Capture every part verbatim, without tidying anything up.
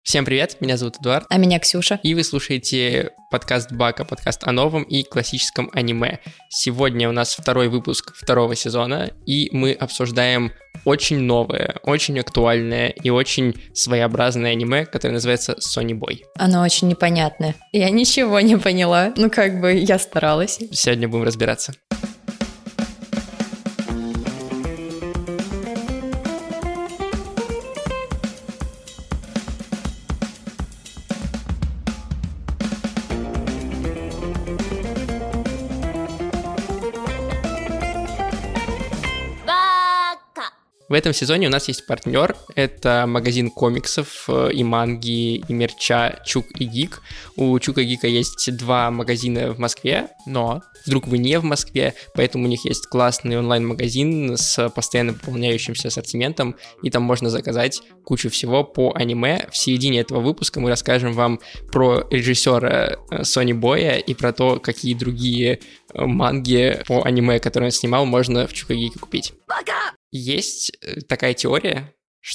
Всем привет, меня зовут Эдуард. А меня Ксюша. И вы слушаете подкаст Бака, подкаст о новом и классическом аниме. Сегодня у нас второй выпуск второго сезона, и мы обсуждаем очень новое, очень актуальное и очень своеобразное аниме, которое называется Sonny Boy. Оно очень непонятное. Я ничего не поняла. Ну, как бы, я старалась. Сегодня будем разбираться. В этом сезоне у нас есть партнер, это магазин комиксов и манги, и мерча Чук и Гик. У Чука и Гика есть два магазина в Москве, но вдруг вы не в Москве, поэтому у них есть классный онлайн-магазин с постоянно пополняющимся ассортиментом, и там можно заказать кучу всего по аниме. В середине этого выпуска мы расскажем вам про режиссера Sonny Boy и про то, какие другие манги по аниме, которые он снимал, можно в Чука и Гике купить. Есть такая теория,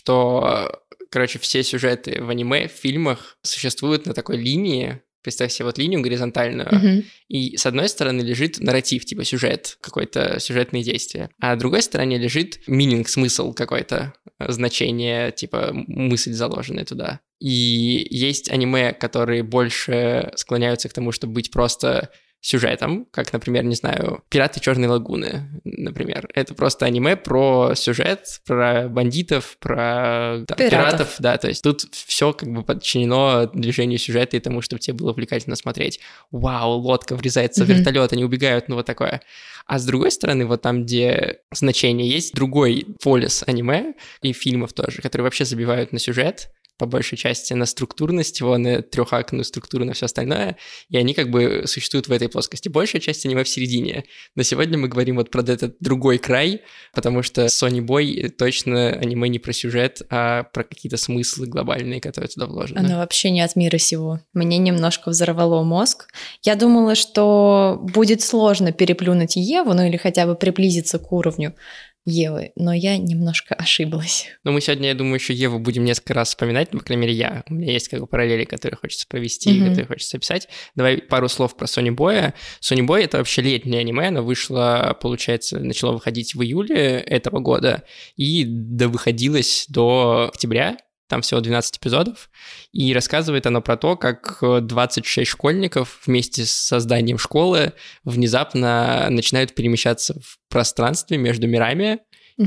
что, короче, все сюжеты в аниме, в фильмах существуют на такой линии. Представь себе вот линию горизонтальную, mm-hmm. и с одной стороны лежит нарратив, типа сюжет, какое-то сюжетное действие, а с другой стороны лежит meaning, смысл какой-то, значение, типа мысль, заложенная туда. И есть аниме, которые больше склоняются к тому, чтобы быть просто сюжетом, как, например, не знаю, «Пираты Черной лагуны», например. Это просто аниме про сюжет, про бандитов, про да, пиратов. пиратов, да, то есть тут все как бы подчинено движению сюжета и тому, чтобы тебе было увлекательно смотреть. Вау, лодка врезается в mm-hmm. вертолет, они убегают, ну вот такое. А с другой стороны, вот там, где значение есть, другой полюс аниме и фильмов тоже, которые вообще забивают на сюжет, по большей части на структурность его, на трехактную структуру, на все остальное, и они как бы существуют в этой плоскости. Большая часть аниме в середине. Но сегодня мы говорим вот про этот другой край, потому что Sonny Boy точно аниме не про сюжет, а про какие-то смыслы глобальные, которые туда вложены. Оно вообще не от мира сего. Мне немножко взорвало мозг. Я думала, что будет сложно переплюнуть Еву, ну или хотя бы приблизиться к уровню Евы, но я немножко ошиблась. Ну, мы сегодня, я думаю, еще Еву будем несколько раз вспоминать, ну, по крайней мере, я. У меня есть как бы параллели, которые хочется провести, mm-hmm. которые хочется описать. Давай пару слов про Sonny Boy. Sonny Boy — это вообще летнее аниме, оно вышло, получается, начало выходить в июле этого года и довыходилось до октября. Там всего двенадцать эпизодов, и рассказывает оно про то, как двадцать шесть школьников вместе с созданием школы внезапно начинают перемещаться в пространстве между мирами, mm-hmm.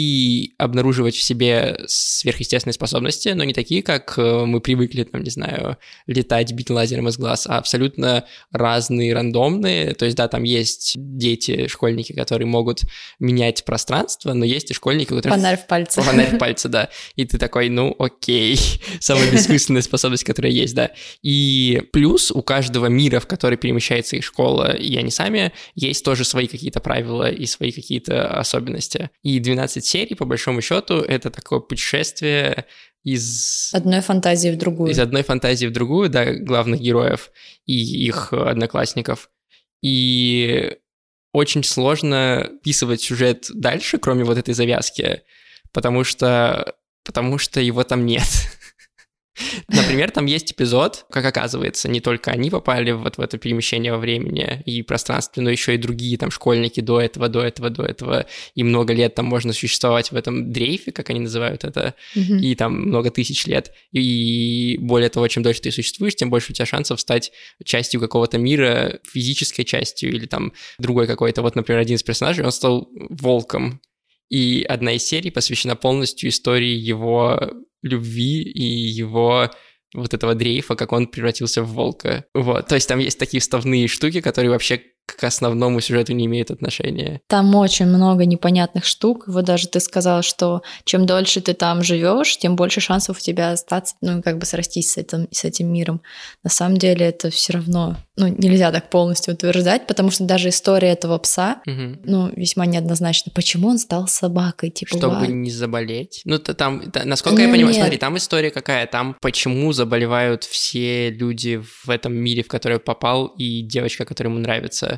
и обнаруживать в себе сверхъестественные способности, но не такие, как мы привыкли, там, не знаю, летать, бить лазером из глаз, а абсолютно разные, рандомные. То есть, да, там есть дети, школьники, которые могут менять пространство, но есть и школьники, у которых... Фонарь в пальце. Фонарь в пальце, да. И ты такой, ну, окей, самая бессмысленная способность, которая есть, да. И плюс у каждого мира, в который перемещается их школа, и они сами, есть тоже свои какие-то правила и свои какие-то особенности. И двенадцать серий, по большому счету, это такое путешествие из... Одной фантазии в другую. Из одной фантазии в другую, да, главных героев и их одноклассников. И очень сложно вписывать сюжет дальше, кроме вот этой завязки, потому что, потому что его там нет. Например, там есть эпизод, как оказывается, не только они попали вот в это перемещение во времени и пространстве, но еще и другие там школьники до этого, до этого, до этого, и много лет там можно существовать в этом дрейфе, как они называют это, mm-hmm. и там много тысяч лет. И более того, чем дольше ты существуешь, тем больше у тебя шансов стать частью какого-то мира, физической частью или там другой какой-то. Вот, например, один из персонажей, он стал волком, и одна из серий посвящена полностью истории его любви и его вот этого дрейфа, как он превратился в волка. Вот. То есть там есть такие вставные штуки, которые вообще к основному сюжету не имеют отношения. Там очень много непонятных штук. Вот даже ты сказала, что чем дольше ты там живешь, тем больше шансов у тебя остаться, ну, как бы срастись с этим, с этим миром. На самом деле это все равно, ну, нельзя так полностью утверждать, потому что даже история этого пса, угу. ну, весьма неоднозначна. Почему он стал собакой? Типа, чтобы вау. не заболеть. Ну, то там, та, насколько ну, я понимаю, нет. Смотри, там история какая? Там почему заболевают все люди в этом мире, в который попал, и девочка, которая ему нравится.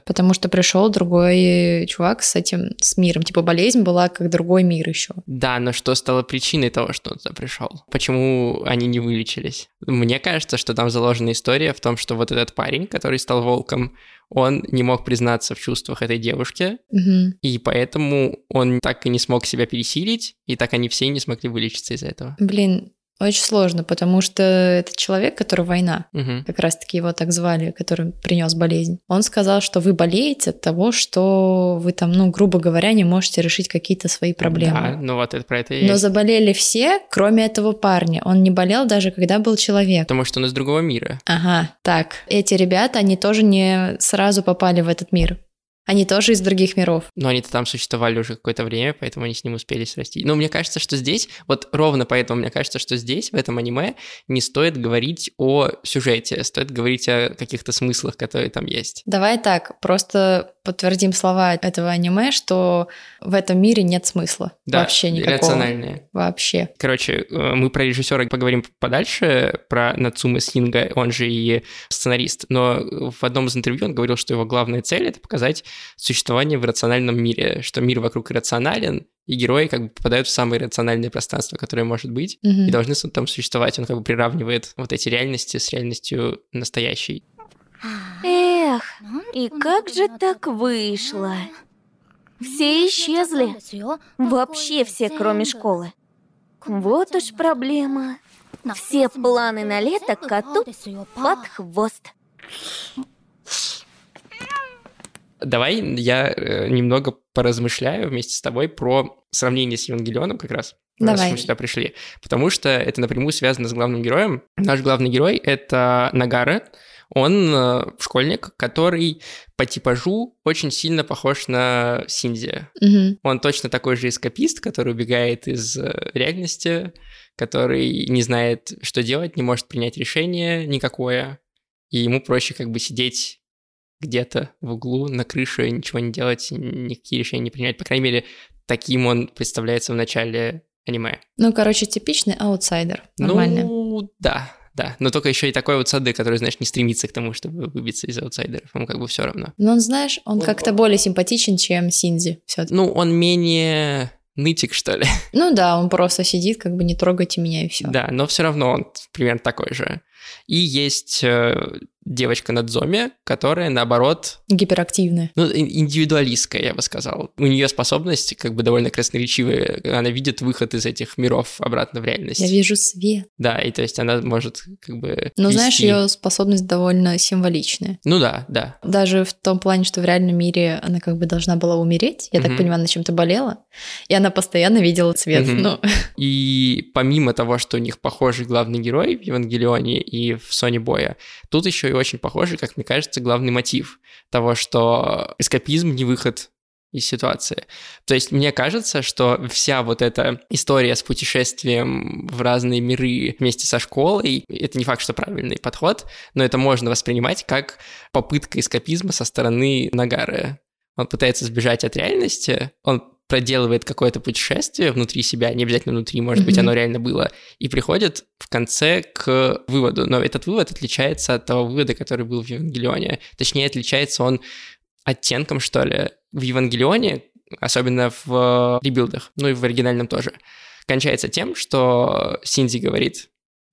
Потому что пришел другой чувак с этим, с миром. Типа болезнь была как другой мир еще. Да, но что стало причиной того, что он туда пришел? Почему они не вылечились? Мне кажется, что там заложена история в том, что вот этот парень, который стал волком, он не мог признаться в чувствах этой девушки, угу. и поэтому он так и не смог себя пересилить, и так они все не смогли вылечиться из-за этого. Блин, очень сложно, потому что этот человек, который война, угу. как раз-таки его так звали, который принес болезнь, он сказал, что вы болеете от того, что вы там, ну, грубо говоря, не можете решить какие-то свои проблемы. Да, ну вот это про это и Но есть. заболели все, кроме этого парня. Он не болел даже, когда был человек. Потому что он из другого мира. Ага, так. Эти ребята, они тоже не сразу попали в этот мир. Они тоже из других миров. Но они-то там существовали уже какое-то время, поэтому они с ним успели срасти. Но мне кажется, что здесь, вот ровно поэтому мне кажется, что здесь, в этом аниме, не стоит говорить о сюжете, стоит говорить о каких-то смыслах, которые там есть. Давай так, просто подтвердим слова этого аниме, что в этом мире нет смысла. Да, вообще никакого. рациональное. Вообще. Короче, мы про режиссера поговорим подальше, про Нацуме Синга, он же и сценарист, но в одном из интервью он говорил, что его главная цель — это показать существование в рациональном мире, что мир вокруг иррационален, и герои как бы попадают в самое рациональное пространство, которое может быть, угу. и должны там существовать. Он как бы приравнивает вот эти реальности с реальностью настоящей. Эх, и как же так вышло? Все исчезли. Вообще все, кроме школы. Вот уж проблема. Все планы на лето коту под хвост. Давай я э, немного поразмышляю вместе с тобой про сравнение с Евангелионом как раз. Давай. Раз мы сюда пришли. Потому что это напрямую связано с главным героем. Наш главный герой — это Нагара. Он э, школьник, который по типажу очень сильно похож на Синдзи. Угу. Он точно такой же эскапист, который убегает из э, реальности, который не знает, что делать, не может принять решение никакое. И ему проще как бы сидеть где-то в углу, на крыше, ничего не делать, никакие решения не принимать. По крайней мере, таким он представляется в начале аниме. Ну, короче, типичный аутсайдер. Нормально. Ну, да, да. Но только еще и такой аутсайдер, который, знаешь, не стремится к тому, чтобы выбиться из аутсайдеров. Ему как бы все равно. Но он, знаешь, он О. как-то более симпатичен, чем Синдзи все-таки. Ну, он менее нытик, что ли. Ну да, он просто сидит, как бы не трогайте меня и все. Да, но все равно он примерно такой же. И есть э, девочка Надзоми, которая, наоборот... Гиперактивная. Ну, индивидуалистская, я бы сказал. У нее способность как бы довольно красноречивая. Она видит выход из этих миров обратно в реальность. Я вижу свет. Да, и то есть она может как бы Но вести... знаешь, ее способность довольно символичная. Ну да, да. Даже в том плане, что в реальном мире она как бы должна была умереть. Я Мгм. так понимаю, она чем-то болела. И она постоянно видела цвет. Мгм. Ну, И помимо того, что у них похожий главный герой в Евангелионе и в Соне Боя, тут еще и очень похожий, как мне кажется, главный мотив того, что эскапизм не выход из ситуации. То есть мне кажется, что вся вот эта история с путешествием в разные миры вместе со школой, это не факт, что правильный подход, но это можно воспринимать как попытка эскапизма со стороны Нагары. Он пытается сбежать от реальности, он проделывает какое-то путешествие внутри себя, не обязательно внутри, может быть, Мгм. оно реально было, и приходит в конце к выводу. Но этот вывод отличается от того вывода, который был в Евангелионе. Точнее, отличается он оттенком, что ли. В Евангелионе, особенно в ребилдах, ну и в оригинальном тоже, кончается тем, что Синдзи говорит: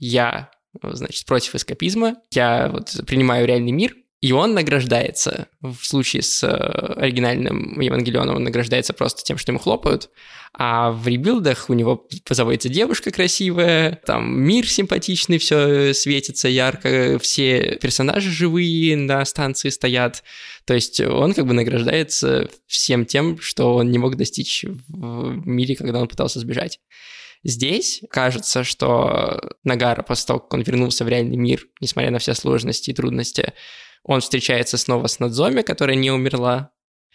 я, значит, против эскапизма, я вот принимаю реальный мир, и он награждается. В случае с э, оригинальным Евангелионом он награждается просто тем, что ему хлопают, а в ребилдах у него заводится девушка красивая, там мир симпатичный, все светится ярко, все персонажи живые на станции стоят. То есть он как бы награждается всем тем, что он не мог достичь в мире, когда он пытался сбежать. Здесь кажется, что Нагара, после того, как он вернулся в реальный мир, несмотря на все сложности и трудности, он встречается снова с Надзоми, которая не умерла,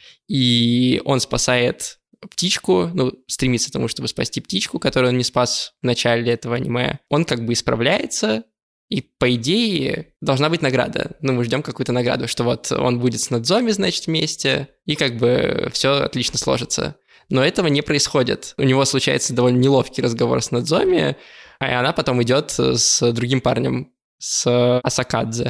и он спасает птичку, ну, стремится к тому, чтобы спасти птичку, которую он не спас в начале этого аниме. Он как бы исправляется, и, по идее, должна быть награда. Ну, мы ждем какую-то награду, что вот он будет с Надзоми, значит, вместе, и как бы все отлично сложится. Но этого не происходит. У него случается довольно неловкий разговор с Надзоми, а она потом идет с другим парнем, с Асакадзе,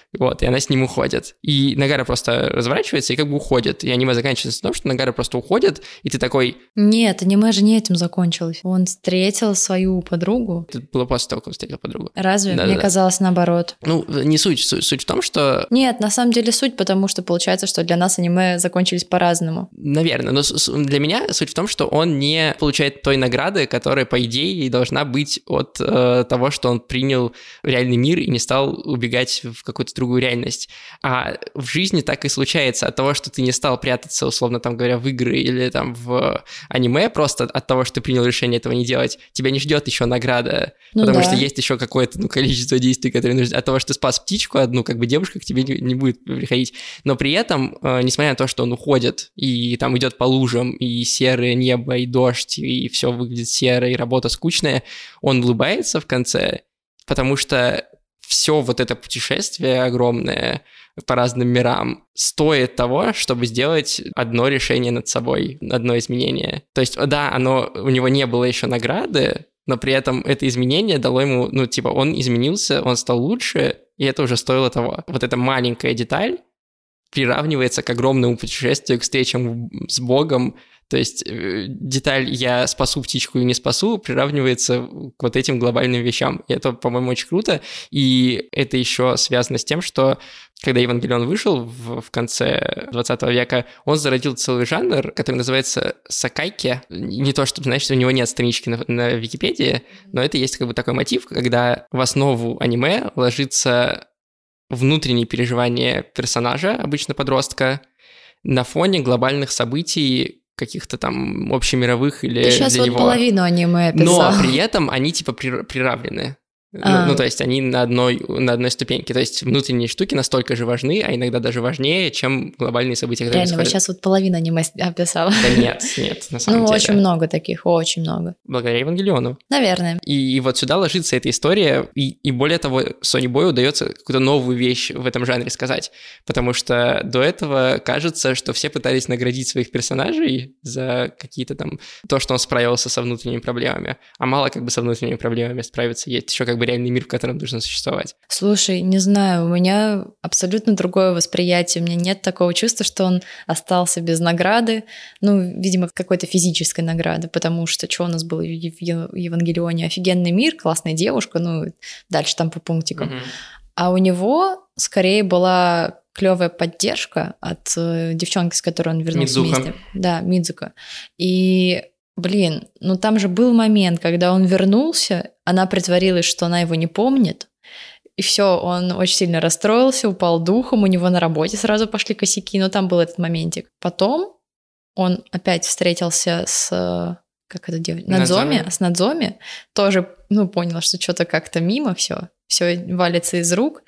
Вот, и она с ним уходит. И Нагара просто разворачивается и как бы уходит. И аниме заканчивается на том, что Нагара просто уходит, и ты такой... Нет, аниме же не этим закончилось. Он встретил свою подругу. Это было после того, как он встретил подругу. Разве? Да, Мне да. казалось наоборот. Ну, не суть. Суть, суть в том, что... Нет, на самом деле суть, потому что получается, что для нас аниме закончились по-разному. Наверное, но для меня суть в том, что он не получает той награды, которая, по идее, должна быть от э, того, что он принял реальный мир и не стал убегать в какую-то другую реальность. А в жизни так и случается. От того, что ты не стал прятаться, условно там говоря, в игры или там в аниме, просто от того, что ты принял решение этого не делать, тебя не ждет еще награда, ну потому да. что есть еще какое-то ну, количество действий, которые нужны. От того, что ты спас птичку одну, как бы девушка к тебе не, не будет приходить. Но при этом, э, несмотря на то, что он уходит, и там идет по лужам, и серое небо, и дождь, и все выглядит серо, и работа скучная, он улыбается в конце, потому что все вот это путешествие огромное по разным мирам стоит того, чтобы сделать одно решение над собой, одно изменение. То есть, да, оно, у него не было еще награды, но при этом это изменение дало ему, ну, типа, он изменился, он стал лучше, и это уже стоило того. Вот эта маленькая деталь приравнивается к огромному путешествию, к встречам с Богом. То есть деталь «я спасу птичку и не спасу» приравнивается к вот этим глобальным вещам. И это, по-моему, очень круто. И это еще связано с тем, что когда Евангелион вышел в, в конце двадцатого века, он зародил целый жанр, который называется сакайки. Не то, чтобы, знаешь, у него нет странички на, на Википедии, но это есть как бы такой мотив, когда в основу аниме ложится внутренние переживания персонажа, обычно подростка, на фоне глобальных событий, каких-то там общемировых или Ты сейчас для вот него. половину аниме описал. Но при этом они типа при, приравнены. А. Ну, ну, то есть они на одной, на одной ступеньке. То есть внутренние штуки настолько же важны, а иногда даже важнее, чем глобальные события, которые Реально, вы происходят. сейчас вот половину аниме описала. Да нет, нет, на самом ну, деле. Ну, очень много таких, очень много. Благодаря Евангелиону. Наверное. И, и вот сюда ложится эта история, и, и более того, Сони Бою удается какую-то новую вещь в этом жанре сказать, потому что до этого кажется, что все пытались наградить своих персонажей за какие-то там... то, что он справился со внутренними проблемами, а мало как бы со внутренними проблемами справиться. Есть еще как бы реальный мир, в котором должен существовать. Слушай, не знаю, у меня абсолютно другое восприятие. У меня нет такого чувства, что он остался без награды. Ну, видимо, какой-то физической награды, потому что что у нас было в Евангелионе? Офигенный мир, классная девушка, ну, дальше там по пунктикам. Mm-hmm. А у него скорее была клевая поддержка от э, девчонки, с которой он вернулся Мидзука. вместе. Да, Мидзука. И... Блин, ну там же был момент, когда он вернулся, она притворилась, что она его не помнит, и все, он очень сильно расстроился, упал духом, у него на работе сразу пошли косяки, но там был этот моментик. Потом он опять встретился с... Как это девочка? Надзоми, Надзоми. С Надзоми. Тоже, ну, понял, что что-то как-то мимо все, все валится из рук.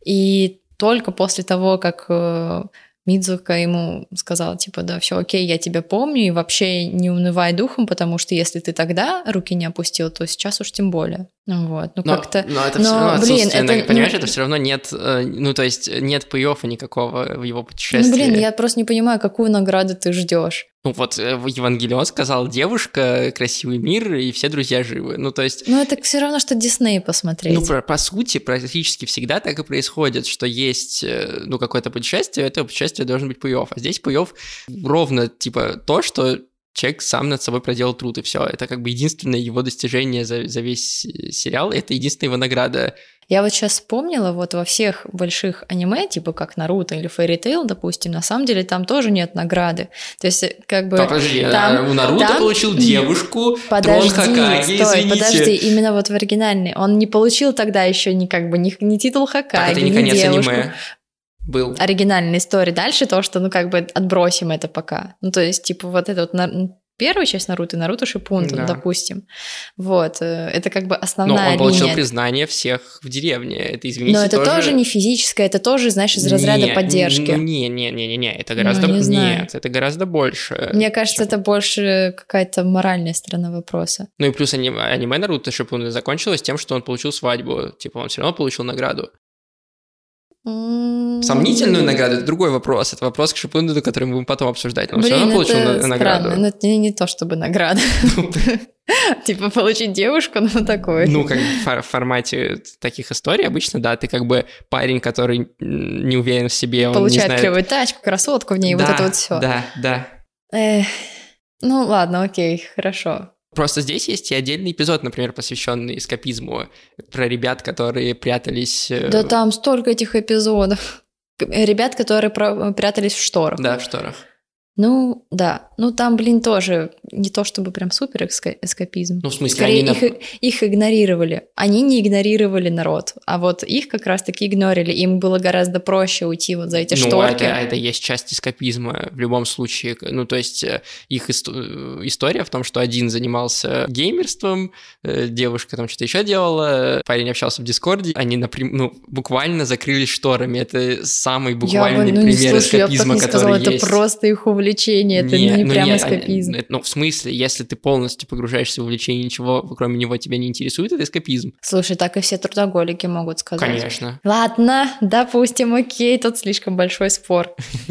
И только после того, как... Мидзука ему сказала, типа, да, все окей, я тебя помню, и вообще не унывай духом, потому что если ты тогда руки не опустил, то сейчас уж тем более. Вот, ну но, как-то... Но это но, все равно блин, отсутствие, это, понимаешь, ну, это все равно нет, ну, то есть нет пей-оффа никакого в его путешествии. Ну, блин, я просто не понимаю, какую награду ты ждешь. Ну, вот Евангелион сказал, девушка, красивый мир, и все друзья живы. Ну, то есть... Ну, это все равно, что Дисней посмотреть. Ну, по, по сути, практически всегда так и происходит, что есть, ну, какое-то путешествие, это путешествие должен быть пей-офф. А здесь пей-офф ровно, типа, то, что человек сам над собой проделал труд, и все. Это как бы единственное его достижение за, за весь сериал, это единственная его награда. Я вот сейчас вспомнила, вот во всех больших аниме, типа как Наруто или Fairy Tail, допустим, на самом деле там тоже нет награды. То есть как бы... Подожди, там, у Наруто там... получил девушку, подожди, трон Хокаге, стой, извините. Подожди, именно вот в оригинальной. Он не получил тогда еще ни, как бы, ни, ни титул Хокаге, так, это не ни конец девушку. Аниме. Был. Оригинальная история. Дальше то, что, ну, как бы отбросим это пока. Ну, то есть, типа, вот это вот... Первая часть Наруто, Наруто Шиппунтен, да. допустим. Вот, это как бы основная линия. Но он получил линия. Признание всех в деревне. Это, извините, Но это тоже... тоже не физическое, это тоже, знаешь, из разряда не, поддержки. Не-не-не-не, это гораздо... Ну, не знаю. Нет, это гораздо больше. Мне кажется, чем... это больше какая-то моральная сторона вопроса. Ну и плюс аниме, аниме Наруто Шиппунтен закончилось тем, что он получил свадьбу. Типа он все равно получил награду. Сомнительную награду — это другой вопрос. Это вопрос к Шиппунтену, который мы будем потом обсуждать. Но он Блин, все равно получил это награду. Странно, но это не, не то чтобы награда. Типа получить девушку, ну такое. Ну, как в формате таких историй обычно, да, ты как бы парень, который не уверен в себе, он получает не знает... клевую тачку, красотку в ней, да, вот это вот все. Да, да. Эх, ну ладно, окей, хорошо. Просто здесь есть и отдельный эпизод, например, посвященный эскапизму, про ребят, которые прятались... Да там столько этих эпизодов. Ребят, которые прятались в шторах. Да, в шторах. Ну, да. Ну, там, блин, тоже не то чтобы прям супер эскапизм. Ну, в смысле, скорее, они... их, на... их игнорировали. Они не игнорировали народ, а вот их как раз-таки игнорили. Им было гораздо проще уйти вот за эти ну, шторки. Ну, это, это есть часть эскапизма в любом случае. Ну, то есть их ист- история в том, что один занимался геймерством, девушка там что-то еще делала, парень общался в Дискорде, они напрям... ну, буквально закрылись шторами. Это самый буквальный я бы, ну, пример не, слушай, эскапизма, я бы так не который сказала, есть. Это просто их увлечение, это нет, не ну прям нет, эскапизм. Ну, в смысле, если ты полностью погружаешься в увлечение, ничего кроме него тебя не интересует, это эскапизм. Слушай, так и все трудоголики могут сказать. Конечно. Ладно, допустим, окей, тут слишком большой спор.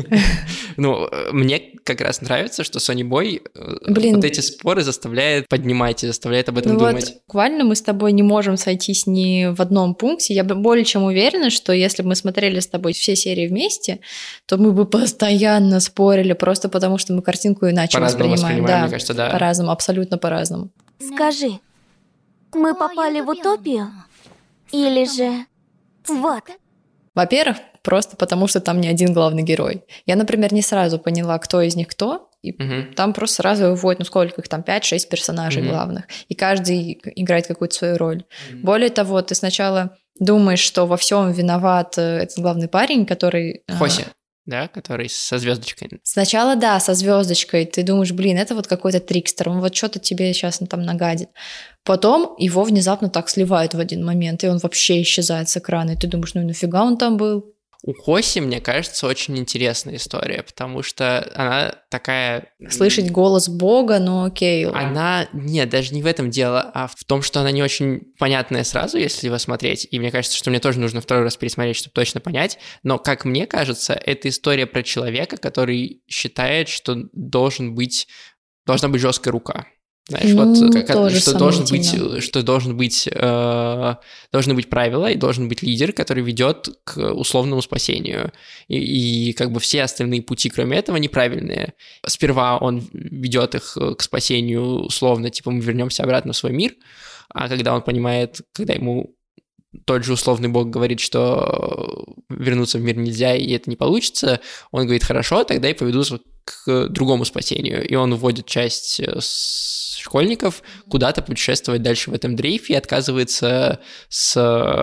Ну, мне как раз нравится, что Sony Boy вот эти споры заставляет поднимать и заставляет об этом ну думать. Вот, буквально мы с тобой не можем сойтись ни в одном пункте. Я более чем уверена, что если бы мы смотрели с тобой все серии вместе, то мы бы постоянно спорили, просто потому что мы картинку иначе по-разному воспринимаем. воспринимаем, Да, мне кажется, да. По-разному, абсолютно по-разному. Скажи, мы попали в утопию или же в ад? Во-первых, просто потому что там не один главный герой. Я, например, не сразу поняла, кто из них кто, и угу. там просто сразу выводят, ну сколько их там, пять-шесть персонажей угу. главных, и каждый играет какую-то свою роль. Угу. Более того, ты сначала думаешь, что во всем виноват этот главный парень, который... Хоси. Да, который со звездочкой. Сначала, да, со звездочкой. Ты думаешь, блин, это вот какой-то трикстер, он вот что-то тебе сейчас там нагадит. Потом его внезапно так сливают в один момент, и он вообще исчезает с экрана. И ты думаешь, ну и нафига он там был? У Хоси, мне кажется, очень интересная история, потому что она такая... Слышать голос Бога, ну окей. Она... Нет, даже не в этом дело, а в том, что она не очень понятная сразу, если его смотреть. И мне кажется, что мне тоже нужно второй раз пересмотреть, чтобы точно понять. Но, как мне кажется, это история про человека, который считает, что должен быть... должна быть жесткая рука. Знаешь, ну, вот как, что, должен быть, сомнительно. что должен быть, э, должны быть правила, и должен быть лидер, который ведет к условному спасению. И, и как бы все остальные пути, кроме этого, неправильные. Сперва он ведет их к спасению условно, типа мы вернемся обратно в свой мир, а когда он понимает, когда ему тот же условный бог говорит, что вернуться в мир нельзя, и это не получится, он говорит, хорошо, тогда я поведу к другому спасению. И он вводит часть школьников куда-то путешествовать дальше в этом дрейфе и отказывается с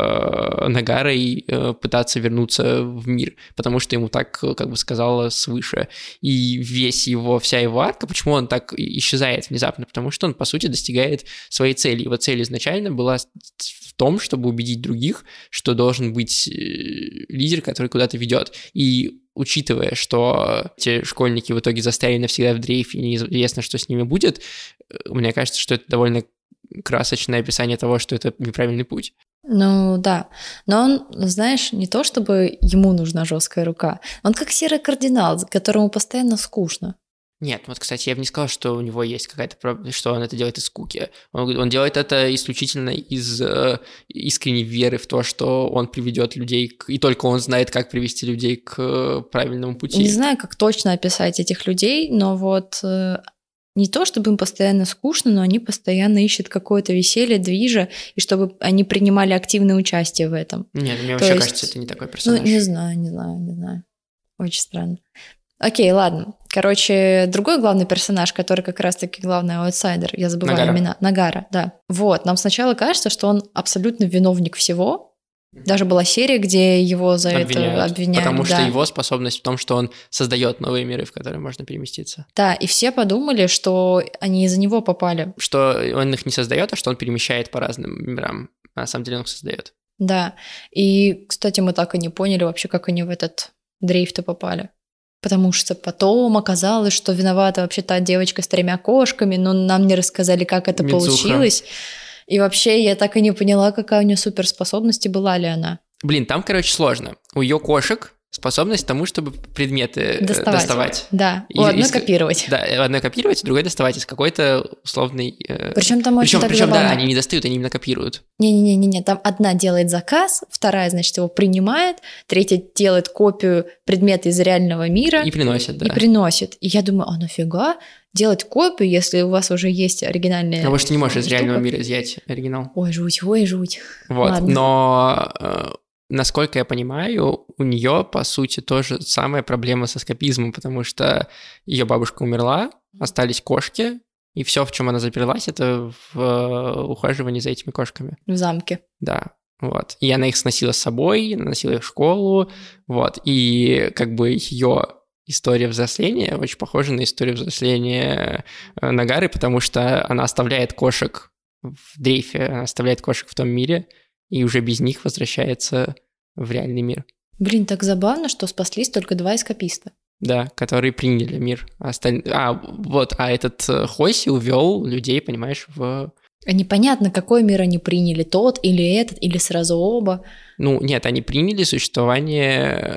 Нагарой пытаться вернуться в мир, потому что ему так, как бы сказала, свыше. И весь его, вся его арка, почему он так исчезает внезапно? Потому что он, по сути, достигает своей цели. Его цель изначально была в том, чтобы убедить других, что должен быть лидер, который куда-то ведет. И учитывая, что те школьники в итоге застряли навсегда в дрейфе, и неизвестно, что с ними будет, мне кажется, что это довольно красочное описание того, что это неправильный путь. Ну да, но он, знаешь, не то чтобы ему нужна жесткая рука, он как серый кардинал, которому постоянно скучно. Нет, вот, кстати, я бы не сказал, что у него есть какая-то проблема, что он это делает из скуки. Он, он делает это исключительно из э, искренней веры в то, что он приведет людей, к, и только он знает, как привести людей к э, правильному пути. Не знаю, как точно описать этих людей, но вот э, не то, чтобы им постоянно скучно, но они постоянно ищут какое-то веселье, движа, и чтобы они принимали активное участие в этом. Нет, мне то вообще есть, кажется, это не такой персонаж. Ну, не знаю, не знаю, не знаю. Очень странно. Окей, ладно. Короче, другой главный персонаж, который как раз-таки главный аутсайдер, я забываю Нагара. имена. Нагара, да. Вот, нам сначала кажется, что он абсолютно виновник всего. Даже была серия, где его за обвиняют, это обвиняют. Потому да. что его способность в том, что он создает новые миры, в которые можно переместиться. Да, и все подумали, что они из-за него попали. Что он их не создает, а что он перемещает по разным мирам. А на самом деле он их создает. Да. И, кстати, мы так и не поняли вообще, как они в этот дрейф-то попали. Потому что потом оказалось, что виновата вообще та девочка с тремя кошками, но нам не рассказали, как это Мидзуха. получилось. И вообще я так и не поняла, какая у нее суперспособность и была ли она. Блин, там, короче, сложно. У ее кошек способность к тому, чтобы предметы доставать. доставать. Да, И, у одной из, копировать. Да, у одной копировать, у другой доставать из какой-то условной... Э... Причем там очень причем, так причем забавно. Да, они не достают, они именно копируют. Не-не-не, там одна делает заказ, вторая, значит, его принимает, третья делает копию предмета из реального мира. И приносит, да. И приносит. И я думаю, а нафига делать копию, если у вас уже есть оригинальная Потому что ты не можешь из штука? реального мира изъять оригинал. Ой, жуть, ой, жуть. Вот, Ладно. но... Э... Насколько я понимаю, у нее, по сути, тоже самая проблема со эскапизмом, потому что ее бабушка умерла, остались кошки, и все, в чем она заперлась, это в ухаживании за этими кошками. В замке. Да, вот. И она их сносила с собой, носила их в школу, вот. И как бы ее история взросления очень похожа на историю взросления Нагары, потому что она оставляет кошек в дрейфе, она оставляет кошек в том мире, и уже без них возвращается в реальный мир. Блин, так забавно, что спаслись только два эскаписта. Да, которые приняли мир. А, осталь... а вот, а этот Хоси увел людей, понимаешь, в... А непонятно, какой мир они приняли, тот или этот, или сразу оба. Ну, нет, они приняли существование...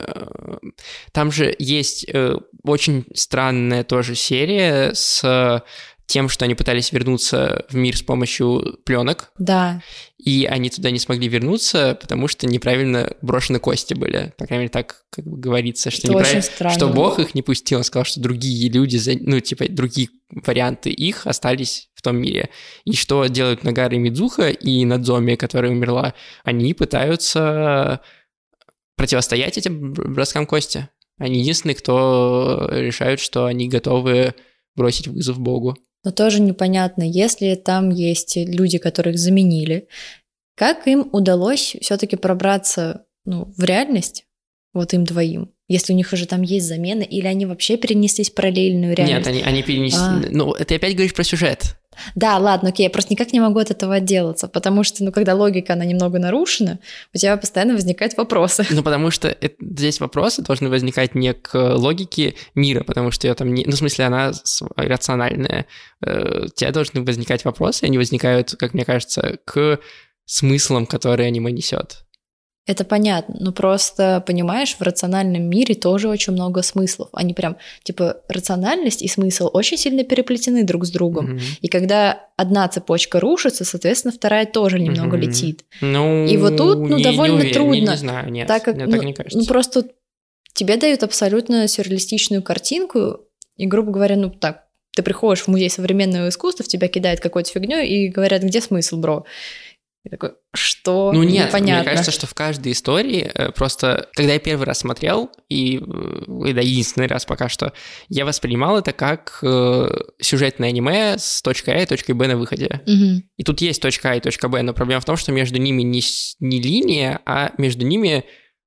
Там же есть э, очень странная тоже серия с... тем, что они пытались вернуться в мир с помощью пленок. Да. И они туда не смогли вернуться, потому что неправильно брошены кости были. По крайней мере, так как бы говорится, что, неправ... что Бог их не пустил. Он сказал, что другие люди, ну, типа, другие варианты их остались в том мире. И что делают Нагара и Мидзуха и Надзоми, которая умерла? Они пытаются противостоять этим броскам кости. Они единственные, кто решают, что они готовы бросить вызов Богу. Но тоже непонятно, если там есть люди, которых заменили, как им удалось все-таки пробраться, ну, в реальность, вот им двоим, если у них уже там есть замена, или они вообще перенеслись в параллельную реальность? Нет, они, они перенеслись... А. Ну, ты опять говоришь про сюжет. Да, ладно, окей, я просто никак не могу от этого отделаться, потому что, ну, когда логика, она немного нарушена, у тебя постоянно возникают вопросы. Ну, потому что это, здесь вопросы должны возникать не к логике мира, потому что ее там не... Ну, в смысле, она рациональная. У тебя должны возникать вопросы, они возникают, как мне кажется, к смыслам, которые аниме несет. Это понятно, но просто, понимаешь, в рациональном мире тоже очень много смыслов. Они прям, типа, рациональность и смысл очень сильно переплетены друг с другом. Mm-hmm. И когда одна цепочка рушится, соответственно, вторая тоже немного mm-hmm. летит. Ну, и вот тут, ну, не, довольно не трудно. Не, не знаю, нет, так как, мне ну, так не кажется. Ну, просто тебе дают абсолютно сюрреалистичную картинку, и, грубо говоря, ну, так, ты приходишь в музей современного искусства, в тебя кидают какой-то фигней и говорят, где смысл, бро? И такой, что? Ну нет, непонятно. Мне кажется, что в каждой истории просто, когда я первый раз смотрел, и, и да, единственный раз пока что, я воспринимал это как э, сюжетное аниме с точкой А и точкой Б на выходе. Угу. И тут есть точка А и точка Б, но проблема в том, что между ними не, не линия, а между ними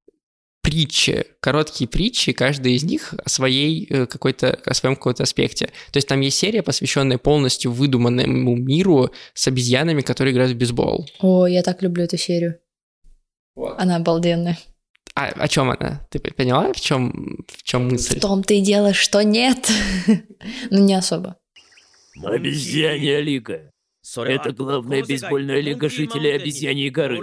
притчи, короткие притчи, каждая из них о своей какой-то, о своем каком-то аспекте. То есть там есть серия, посвященная полностью выдуманному миру с обезьянами, которые играют в бейсбол. О, я так люблю эту серию. Вот. Она обалденная. А о чем она? Ты поняла, в чем, в чем мысль? В том-то и дело, что нет. Ну, не особо. Обезьянья лига. Это главная бейсбольная лига жителей Обезьяньей горы.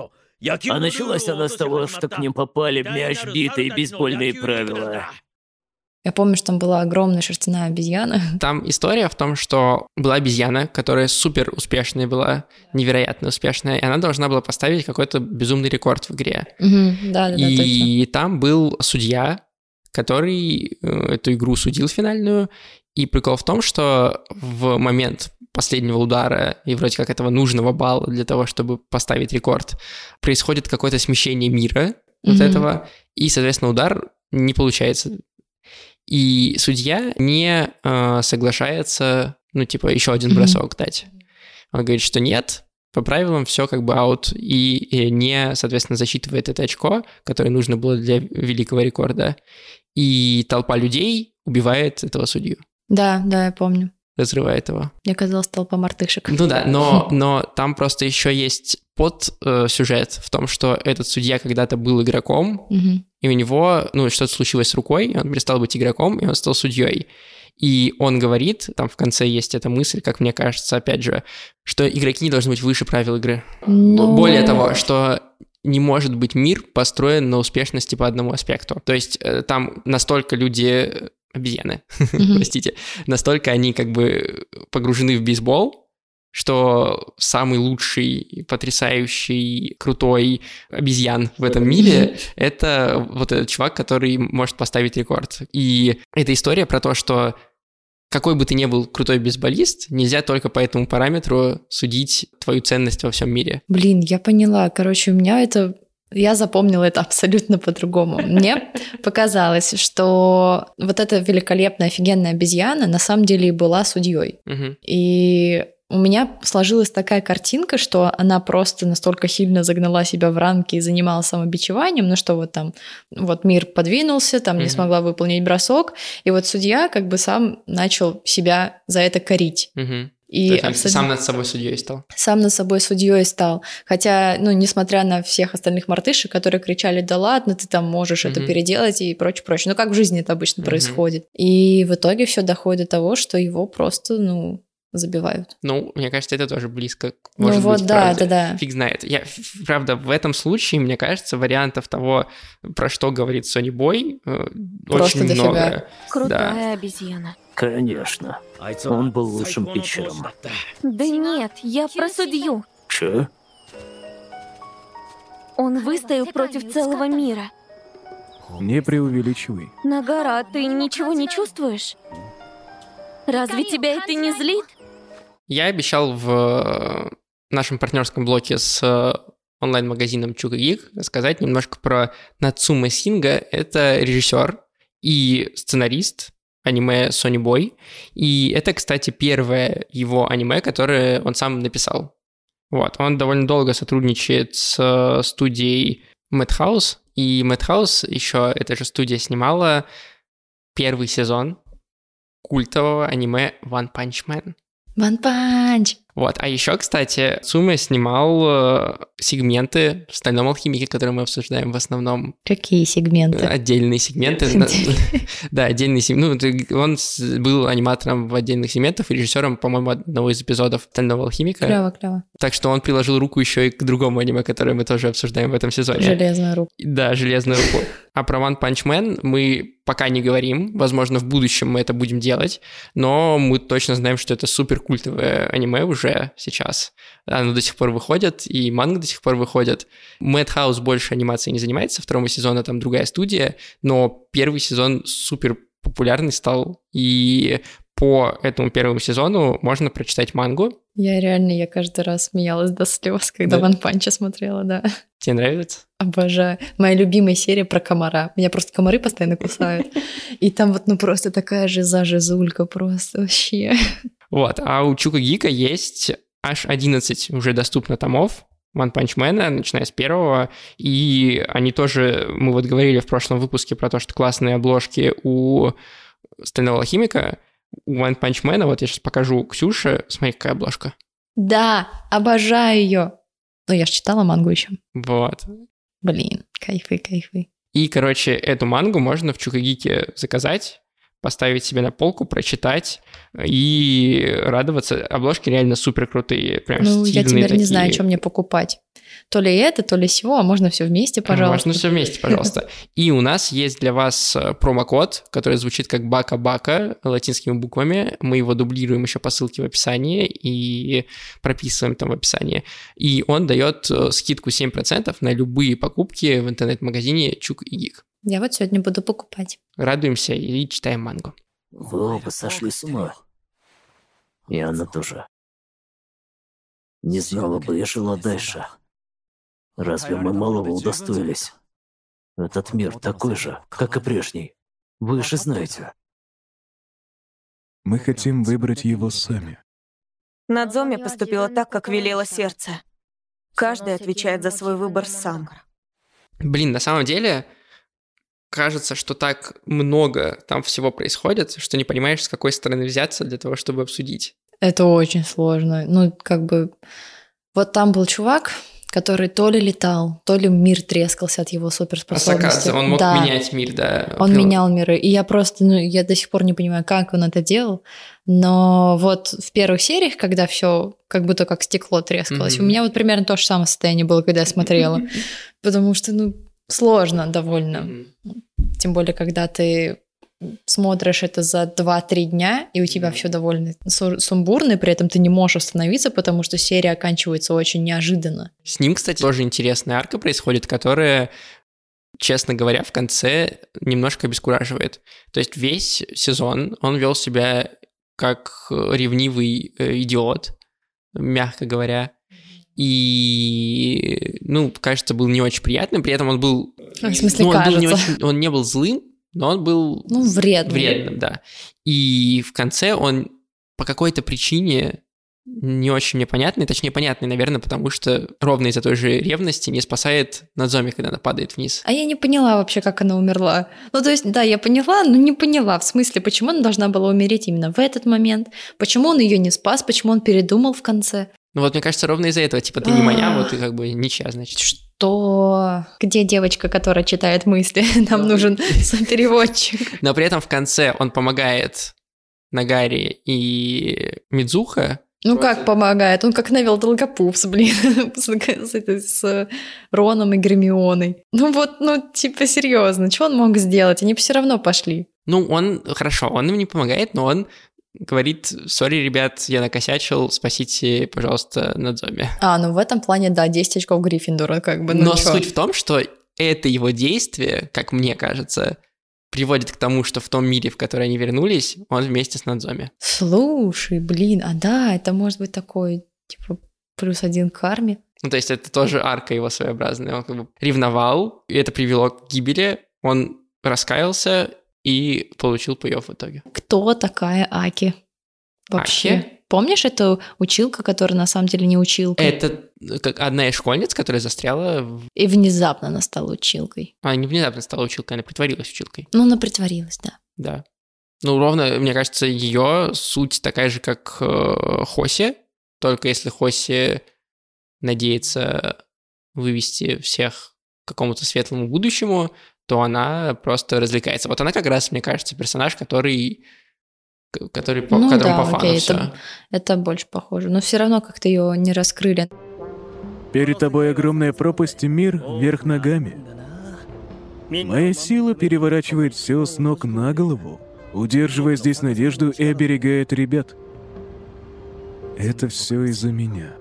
А началась она с того, что к ним попали мяч, биты и бейсбольные правила. Я помню, что там была огромная шерстяная обезьяна. Там история в том, что была обезьяна, которая супер успешная была, невероятно успешная, и она должна была поставить какой-то безумный рекорд в игре. Угу, да, да, и точно. Там был судья, который эту игру судил финальную, и прикол в том, что в момент последнего удара и вроде как этого нужного балла для того, чтобы поставить рекорд, происходит какое-то смещение мира mm-hmm. вот этого, и, соответственно, удар не получается. И судья не э, соглашается, ну, типа, еще один бросок mm-hmm. дать. Он говорит, что нет, по правилам все как бы аут, и, и не, соответственно, засчитывает это очко, которое нужно было для великого рекорда. И толпа людей убивает этого судью. Да, да, я помню. Разрывает его. Мне казалось, толпа мартышек. Ну да, но, но там просто еще есть подсюжет в том, что этот судья когда-то был игроком, угу. и у него, ну, что-то случилось с рукой, и он перестал быть игроком, и он стал судьей. И он говорит, там в конце есть эта мысль, как мне кажется, опять же, что игроки не должны быть выше правил игры. Но... Более того, что не может быть мир построен на успешности по одному аспекту. То есть э, там настолько люди, обезьяны, mm-hmm. простите, настолько они как бы погружены в бейсбол, что самый лучший, потрясающий, крутой обезьян в этом мире — это вот этот чувак, который может поставить рекорд. И эта история про то, что какой бы ты ни был крутой бейсболист, нельзя только по этому параметру судить твою ценность во всем мире. Блин, я поняла. Короче, у меня это... Я запомнила это абсолютно по-другому. Мне показалось, что вот эта великолепная, офигенная обезьяна на самом деле и была судьей. Угу. И у меня сложилась такая картинка, что она просто настолько сильно загнала себя в рамки и занималась самобичеванием, ну что вот там, вот мир подвинулся, там не mm-hmm. смогла выполнить бросок, и вот судья как бы сам начал себя за это корить. Mm-hmm. И То есть абсолютно... сам над собой судьей стал. Сам над собой судьей стал. Хотя, ну, несмотря на всех остальных мартышек, которые кричали: да ладно, ты там можешь mm-hmm. это переделать и прочее, прочее. Ну, как в жизни это обычно mm-hmm. происходит. И в итоге все доходит до того, что его просто, ну... забивают. Ну, мне кажется, это тоже близко. Может ну вот, быть, да, правда. да, да. Фиг знает. Я, правда, в этом случае, мне кажется, вариантов того, про что говорит Сони Бой, просто очень дофига. много. Крутая да. обезьяна. Конечно. Он был лучшим питчером. Да нет, я про судью. Че? Он выстоял против целого мира. Не преувеличивай. Нагара, ты ничего не чувствуешь? Разве тебя это не злит? Я обещал в нашем партнерском блоке с онлайн-магазином Чук и Гик рассказать немножко про Нацуме Синга. Это режиссер и сценарист аниме Сони Бой. И это, кстати, первое его аниме, которое он сам написал. Вот. Он довольно долго сотрудничает с студией Madhouse. И Madhouse еще эта же студия снимала первый сезон культового аниме One Punch Man. One Punch! Вот, а еще, кстати, Цуме снимал э, сегменты в «Стальном алхимике», которые мы обсуждаем в основном. Какие сегменты? Отдельные сегменты. Да, отдельные сегменты. Ну, он был аниматором в отдельных сегментах и режиссером, по-моему, одного из эпизодов «Стального алхимика». Клево, клево. Так что он приложил руку еще и к другому аниме, которое мы тоже обсуждаем в этом сезоне. Железную руку. Да, железную руку. А про One Punch Man мы пока не говорим. Возможно, в будущем мы это будем делать. Но мы точно знаем, что это супер культовое аниме уже сейчас. Оно до сих пор выходит, и манга до сих пор выходит. Madhouse больше анимацией не занимается, второго сезона там другая студия, но первый сезон супер популярный стал, и по этому первому сезону можно прочитать мангу. Я реально, я каждый раз смеялась до слез, когда да? One Punch смотрела, да. Тебе нравится? Обожаю. Моя любимая серия про комара. Меня просто комары постоянно кусают. И там вот ну просто такая жиза-жизулька просто вообще. Вот, а у Чука Гика есть аж одиннадцать уже доступно томов One Punch Man, начиная с первого, и они тоже, мы вот говорили в прошлом выпуске про то, что классные обложки у Стального алхимика, у One Punch Man, вот я сейчас покажу Ксюше, смотри, какая обложка. Да, обожаю ее. Ну, я же читала мангу еще. Вот. Блин, кайфы, кайфы. И, короче, эту мангу можно в Чукагике заказать, поставить себе на полку, прочитать и радоваться. Обложки реально супер крутые, прям ну, стильные. Я теперь такие. Не знаю, что мне покупать. То ли это, то ли сего, а можно все вместе, пожалуйста. Можно все вместе, пожалуйста. И у нас есть для вас промокод, который звучит как Бака-Бака латинскими буквами. Мы его дублируем еще по ссылке в описании и прописываем там в описании. И он дает скидку семь процентов на любые покупки в интернет-магазине Чук и Гик. Я вот сегодня буду покупать. Радуемся и читаем мангу. Вы оба сошли с ума. И она тоже. Не знала бы, я жила дальше. Разве мы малого удостоились? Этот мир такой же, как и прежний. Вы же знаете. Мы хотим выбрать его сами. Надзоми поступила так, как велело сердце. Каждый отвечает за свой выбор сам. Блин, на самом деле, кажется, что так много там всего происходит, что не понимаешь, с какой стороны взяться для того, чтобы обсудить. Это очень сложно. Ну, как бы... Вот там был чувак, который то ли летал, то ли мир трескался от его суперспособностей. Оказывается, он мог да. менять мир, да. Он менял миры. И я просто, ну, я до сих пор не понимаю, как он это делал. Но вот в первых сериях, когда все как будто как стекло трескалось, mm-hmm. у меня вот примерно то же самое состояние было, когда я смотрела. Потому что, ну, сложно довольно. Mm-hmm. Тем более, когда ты смотришь это за два-три дня, и у тебя все довольно сумбурно, и при этом ты не можешь остановиться, потому что серия оканчивается очень неожиданно. С ним, кстати, тоже интересная арка происходит, которая, честно говоря, в конце немножко обескураживает. То есть весь сезон он вел себя как ревнивый идиот, мягко говоря, и, ну, кажется, был не очень приятным, при этом он был... В смысле, ну, он кажется? Был не очень, он не был злым, но он был ну, вредным. вредным, да. И в конце он по какой-то причине не очень мне понятный, точнее, понятный, наверное, потому что ровно из-за той же ревности не спасает Надзоми, когда она падает вниз. А я не поняла вообще, как она умерла. Ну, то есть, да, я поняла, но не поняла, в смысле, почему она должна была умереть именно в этот момент, почему он ее не спас, почему он передумал в конце. Ну вот, мне кажется, ровно из-за этого, типа, ты не моя, вот ты как бы ничья, значит. Что? Где девочка, которая читает мысли? Нам нужен переводчик. Но при этом в конце он помогает Нагари и Мидзуха. Ну как помогает? Он как Невил Долгопупс, блин, с, с, с Роном и Гермионой. Ну вот, ну типа серьезно, что он мог сделать? Они бы все равно пошли. Ну он, хорошо, он им не помогает, но он говорит: сори, ребят, я накосячил, спасите, пожалуйста, Надзоми. А, ну в этом плане, да, десять очков Гриффиндора, как бы, ну Но чё? суть в том, что это его действие, как мне кажется, приводит к тому, что в том мире, в который они вернулись, он вместе с Надзоми. Слушай, блин, а да, это может быть такой, типа, плюс один к карме. Ну, то есть это тоже арка его своеобразная. Он как бы ревновал, и это привело к гибели, он раскаялся и получил пейофф в итоге. Кто такая Аки? Вообще. Аки? Помнишь эту училка, которая на самом деле не училка? Это как одна из школьниц, которая застряла в... И внезапно она стала училкой. А, не внезапно стала училкой, она притворилась училкой. Ну, она притворилась, да. Да. Ну, ровно, мне кажется, ее суть такая же, как э, Хоси, только если Хоси надеется вывести всех к какому-то светлому будущему, то она просто развлекается. Вот она как раз, мне кажется, персонаж, который... который по, ну, которому да, по фану окей, все. Это, это больше похоже. Но все равно как-то ее не раскрыли. Перед тобой огромная пропасть, мир вверх ногами. Моя сила переворачивает все с ног на голову, удерживая здесь надежду и оберегает ребят. Это все из-за меня.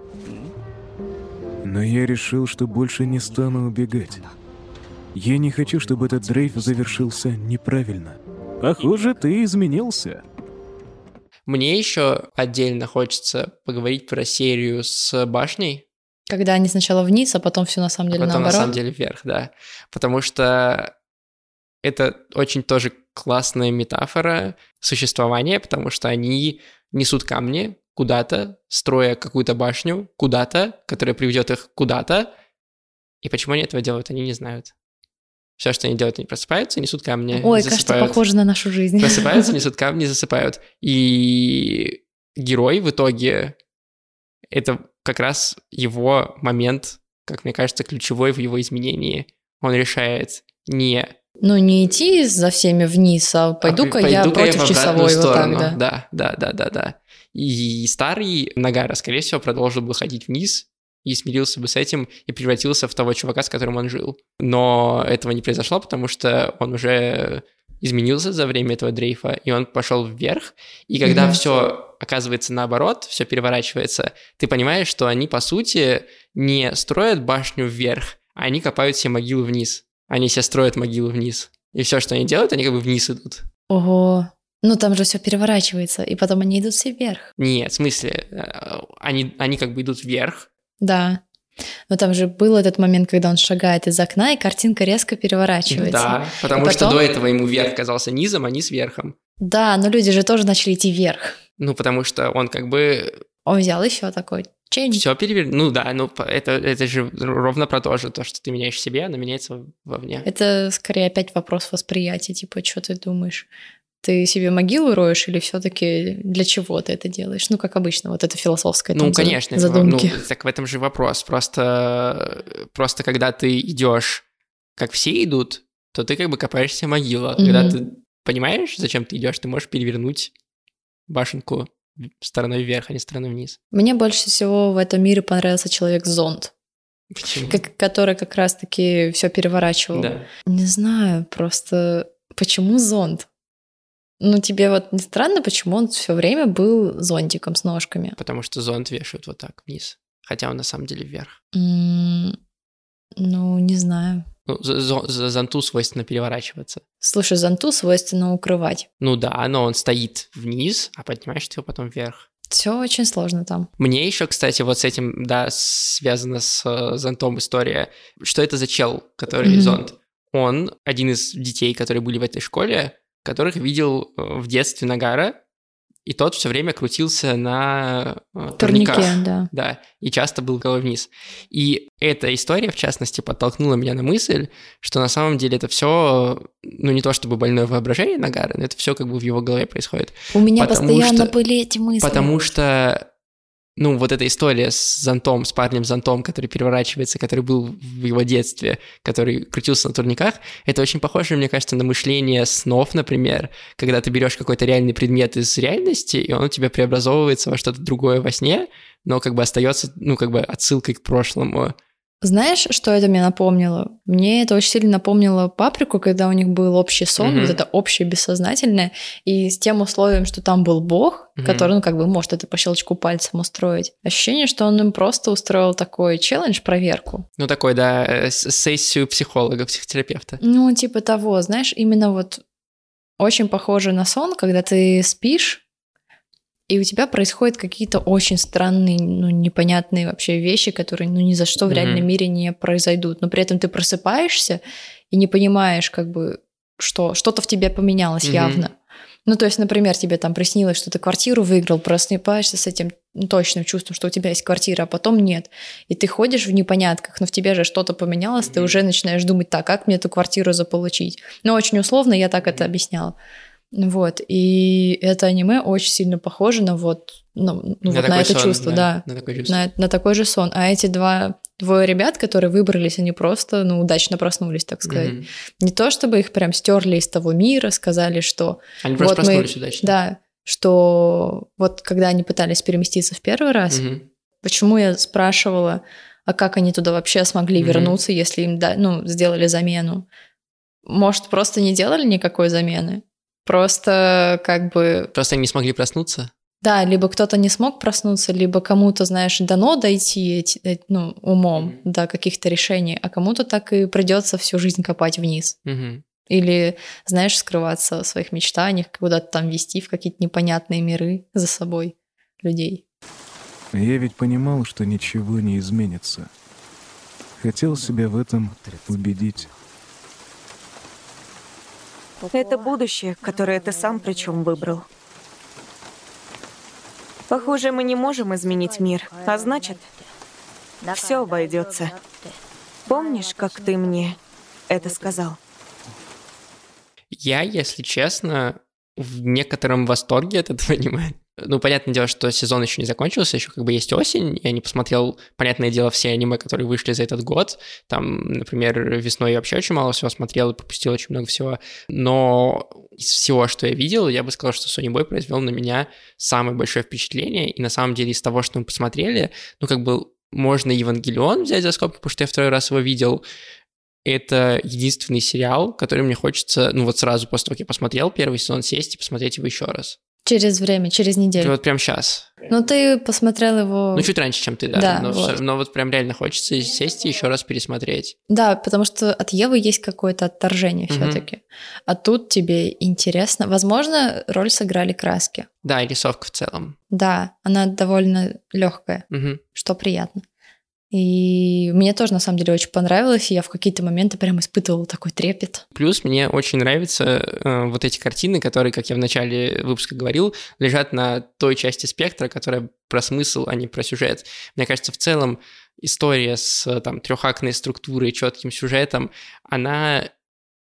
Но я решил, что больше не стану убегать. Я не хочу, чтобы этот дрейф завершился неправильно. Похоже, ты изменился. Мне еще отдельно хочется поговорить про серию с башней. Когда они сначала вниз, а потом все на самом деле а потом наоборот. на самом деле вверх, да. Потому что это очень тоже классная метафора существования, потому что они несут камни куда-то, строя какую-то башню куда-то, которая приведет их куда-то. И почему они этого делают, они не знают. Все, что они делают, они просыпаются, несут камни, Ой, засыпают. кажется, похоже на нашу жизнь. Просыпаются, несут камни, засыпают. И герой в итоге — это как раз его момент, как мне кажется, ключевой в его изменении. Он решает не... Ну, не идти за всеми вниз, а пойду-ка а, я пойду-ка против я в часовой вот так, да. Да, да, да, да, да. И старый Нагара, скорее всего, продолжил бы ходить вниз и смирился бы с этим и превратился в того чувака, с которым он жил. Но этого не произошло, потому что он уже изменился за время этого дрейфа, и он пошел вверх. И когда mm-hmm. все оказывается наоборот, все переворачивается, ты понимаешь, что они, по сути, не строят башню вверх, а они копают себе могилу вниз. Они себе строят могилу вниз. И все, что они делают, они как бы вниз идут. Ого. Ну, там же все переворачивается, и потом они идут все вверх. Нет, в смысле, они, они как бы идут вверх. Да. Но там же был этот момент, когда он шагает из окна, и картинка резко переворачивается. Да, потому и что потом... до этого ему верх казался низом, а низ верхом. Да, но люди же тоже начали идти вверх. Ну, потому что он как бы... Он взял еще такой change. Все перевернул. Ну да, ну это, это же ровно про то же, то, что ты меняешь себе, оно меняется вовне. Это скорее опять вопрос восприятия, типа, что ты думаешь. Ты себе могилу роешь или все-таки для чего ты это делаешь? Ну, как обычно, вот это философское Ну, там конечно, задумки. Это, ну, так в этом же вопрос. Просто, просто когда ты идешь, как все идут, то ты как бы копаешь себе могилу. Mm-hmm. Когда ты понимаешь, зачем ты идешь, ты можешь перевернуть башенку стороной вверх, а не стороной вниз. Мне больше всего в этом мире понравился Человек-зонд. Почему? Как, который как раз-таки все переворачивал. Да. Не знаю, просто почему зонд? Ну, тебе вот не странно, почему он все время был зонтиком с ножками? Потому что зонт вешают вот так вниз, хотя он на самом деле вверх. Mm, ну, не знаю. Ну, зонту свойственно переворачиваться. Слушай, зонту свойственно укрывать. Ну да, но он стоит вниз, а поднимаешь его потом вверх. Все очень сложно там. Мне еще, кстати, вот с этим, да, связано с э, зонтом история. Что это за чел, который mm-hmm. зонт? Он один из детей, которые были в этой школе, которых видел в детстве Нагара, и тот все время крутился на э, турниках. Турнике, да. Да, и часто был головой вниз. И эта история, в частности, подтолкнула меня на мысль, что на самом деле это все, ну, не то чтобы больное воображение Нагара, но это все как бы в его голове происходит. У меня потому постоянно что, были эти мысли. Потому что, ну, вот эта история с зонтом, с парнем-зонтом, который переворачивается, который был в его детстве, который крутился на турниках, это очень похоже, мне кажется, на мышление снов, например, когда ты берешь какой-то реальный предмет из реальности, и он у тебя преобразовывается во что-то другое во сне, но как бы остается, ну, как бы отсылкой к прошлому. Знаешь, что это мне напомнило? Мне это очень сильно напомнило «Паприку», когда у них был общий сон, mm-hmm. вот это общее бессознательное, и с тем условием, что там был бог, mm-hmm. который, ну, как бы может это по щелчку пальцем устроить. Ощущение, что он им просто устроил такой челлендж, проверку. Ну, такой, да, сессию психолога, психотерапевта. Ну, типа того, знаешь, именно вот очень похоже на сон, когда ты спишь, и у тебя происходят какие-то очень странные, ну, непонятные вообще вещи, которые, ну, ни за что в mm-hmm. реальном мире не произойдут. Но при этом ты просыпаешься и не понимаешь, как бы, что что-то в тебе поменялось mm-hmm. явно. Ну, то есть, например, тебе там приснилось, что ты квартиру выиграл, просыпаешься с этим ну, точным чувством, что у тебя есть квартира, а потом нет. И ты ходишь в непонятках, но в тебе же что-то поменялось, mm-hmm. ты уже начинаешь думать, так, как мне эту квартиру заполучить? Ну, очень условно я так mm-hmm. это объясняла. Вот, и это аниме очень сильно похоже на вот, ну, ну, на, вот на это сон, чувство, да, да. На, такое чувство. На, на такой же сон. А эти два, двое ребят, которые выбрались, они просто, ну, удачно проснулись, так сказать. Mm-hmm. Не то, чтобы их прям стерли из того мира, сказали, что... Они просто вот проснулись мы, удачно. Да, что вот когда они пытались переместиться в первый раз, mm-hmm. почему я спрашивала, а как они туда вообще смогли mm-hmm. вернуться, если им, да, ну, сделали замену? Может, просто не делали никакой замены? Просто как бы... Просто они не смогли проснуться? Да, либо кто-то не смог проснуться, либо кому-то, знаешь, дано дойти эти, ну, умом mm-hmm. до каких-то решений, а кому-то так и придется всю жизнь копать вниз. Mm-hmm. Или, знаешь, скрываться в своих мечтаниях, куда-то там вести в какие-то непонятные миры за собой людей. Я ведь понимал, что ничего не изменится. Хотел себя в этом убедить. Это будущее, которое ты сам причем выбрал. Похоже, мы не можем изменить мир, а значит, все обойдется. Помнишь, как ты мне это сказал? Я, если честно, в некотором восторге от этого аниме. Ну, понятное дело, что сезон еще не закончился, еще как бы есть осень. Я не посмотрел, понятное дело, все аниме, которые вышли за этот год. Там, например, весной я вообще очень мало всего смотрел и пропустил очень много всего. Но из всего, что я видел, я бы сказал, что Sonny Boy произвел на меня самое большое впечатление. И на самом деле из того, что мы посмотрели, ну, как бы можно Евангелион взять за скобку, потому что я второй раз его видел. Это единственный сериал, который мне хочется, ну, вот сразу после того, как я посмотрел первый сезон, сесть и посмотреть его еще раз. Через время, через неделю. Вот прям сейчас. Ну, ты посмотрел его... Ну, чуть раньше, чем ты, да. Да, но, вот. Все, но вот прям реально хочется сесть и еще раз пересмотреть. Да, потому что от Евы есть какое-то отторжение mm-hmm. все-таки. А тут тебе интересно. Возможно, роль сыграли краски. Да, и рисовка в целом. Да, она довольно легкая, mm-hmm. что приятно. И мне тоже, на самом деле, очень понравилось, и я в какие-то моменты прям испытывала такой трепет. Плюс мне очень нравятся э, вот эти картины, которые, как я в начале выпуска говорил, лежат на той части спектра, которая про смысл, а не про сюжет. Мне кажется, в целом история с там трехактной структурой, четким сюжетом, она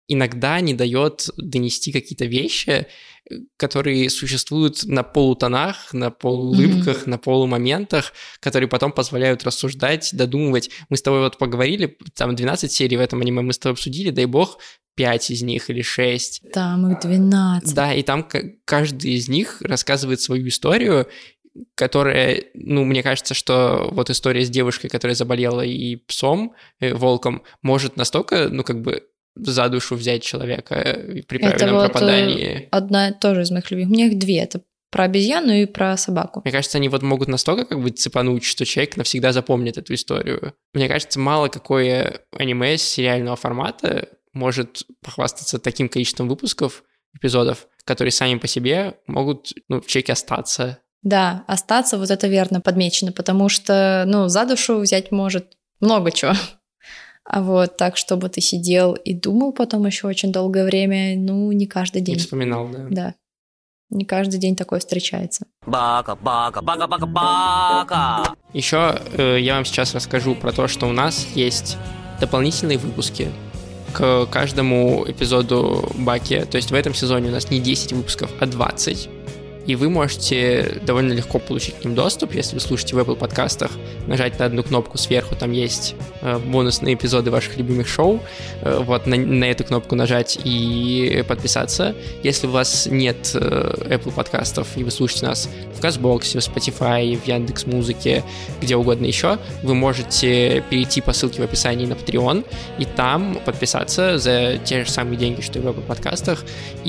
иногда не дает донести какие-то вещи, которые существуют на полутонах, на полуулыбках, mm-hmm. на полумоментах, которые потом позволяют рассуждать, додумывать. Мы с тобой вот поговорили, там двенадцать серий в этом аниме мы с тобой обсудили, дай бог, пять из них или шесть. Там их двенадцать. Да, и там каждый из них рассказывает свою историю, которая, ну, мне кажется, что вот история с девушкой, которая заболела и псом, и волком, может настолько, ну, как бы за душу взять человека при правильном это вот пропадании. Одна тоже из моих любимых. У меня их две. Это про обезьяну и про собаку. Мне кажется, они вот могут настолько как бы цепануть, что человек навсегда запомнит эту историю. Мне кажется, мало какое аниме сериального формата может похвастаться таким количеством выпусков, эпизодов, которые сами по себе могут, ну, в человеке остаться. Да, остаться, вот это верно подмечено, потому что, ну, за душу взять может много чего. А вот так, чтобы ты сидел и думал потом еще очень долгое время, ну, не каждый день. Не вспоминал, да. Да. Не каждый день такое встречается. Бака, бака, бака, бака, бака. Еще э, я вам сейчас расскажу про то, что у нас есть дополнительные выпуски к каждому эпизоду Баки. То есть в этом сезоне у нас не десять выпусков, а двадцать. И вы можете довольно легко получить к ним доступ, если вы слушаете в Apple подкастах, нажать на одну кнопку сверху, там есть э, бонусные эпизоды ваших любимых шоу, э, вот на, на эту кнопку нажать и подписаться. Если у вас нет э, Apple подкастов, и вы слушаете нас в Castbox, в Spotify, в Яндекс.Музыке, где угодно еще, вы можете перейти по ссылке в описании на Patreon и там подписаться за те же самые деньги, что и в Apple подкастах.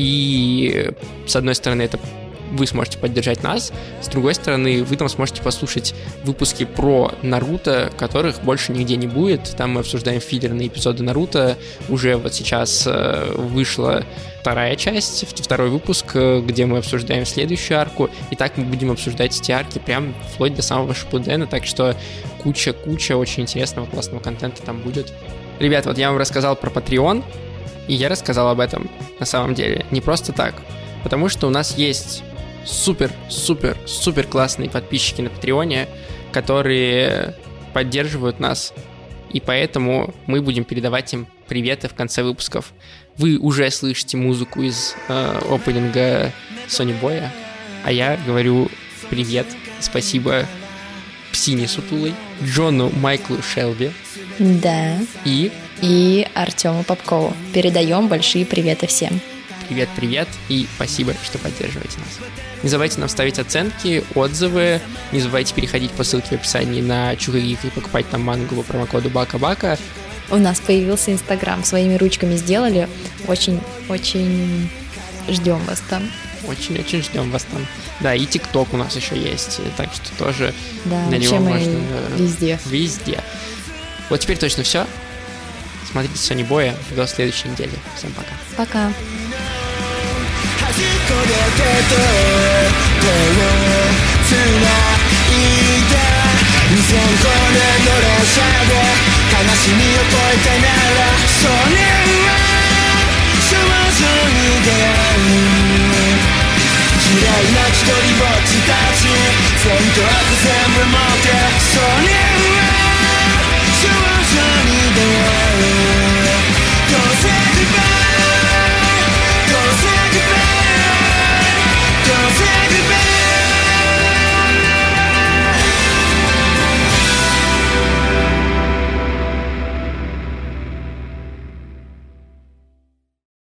И с одной стороны это вы сможете поддержать нас, с другой стороны, вы там сможете послушать выпуски про Наруто, которых больше нигде не будет. Там мы обсуждаем филлерные эпизоды Наруто. Уже вот сейчас э, вышла вторая часть, второй выпуск, где мы обсуждаем следующую арку. И так мы будем обсуждать эти арки прям вплоть до самого Шиппудена, так что куча-куча очень интересного, классного контента там будет. Ребят, вот я вам рассказал про Patreon, и я рассказал об этом на самом деле не просто так, потому что у нас есть супер-супер-супер классные подписчики на Патреоне, которые поддерживают нас, и поэтому мы будем передавать им приветы в конце выпусков. Вы уже слышите музыку из э, опенинга Сони Боя, а я говорю привет, спасибо Псине Сутулой, Джону Майклу Шелби, да, и... и Артему Попкову. Передаем большие приветы всем. Привет-привет и спасибо, что поддерживаете нас. Не забывайте нам ставить оценки, отзывы. Не забывайте переходить по ссылке в описании на Чукагик и покупать там мангу по промокоду Бака-Бака. У нас появился Инстаграм. Своими ручками сделали. Очень-очень ждем вас там. Очень-очень ждем вас там. Да, и ТикТок у нас еще есть. Так что тоже да, на него можно... везде. Везде. Вот теперь точно все. Смотрите Сони Боя. До следующей недели. Всем пока. Пока. 端っこで手と手をつないでそこでの列車で悲しみを越えてならそうね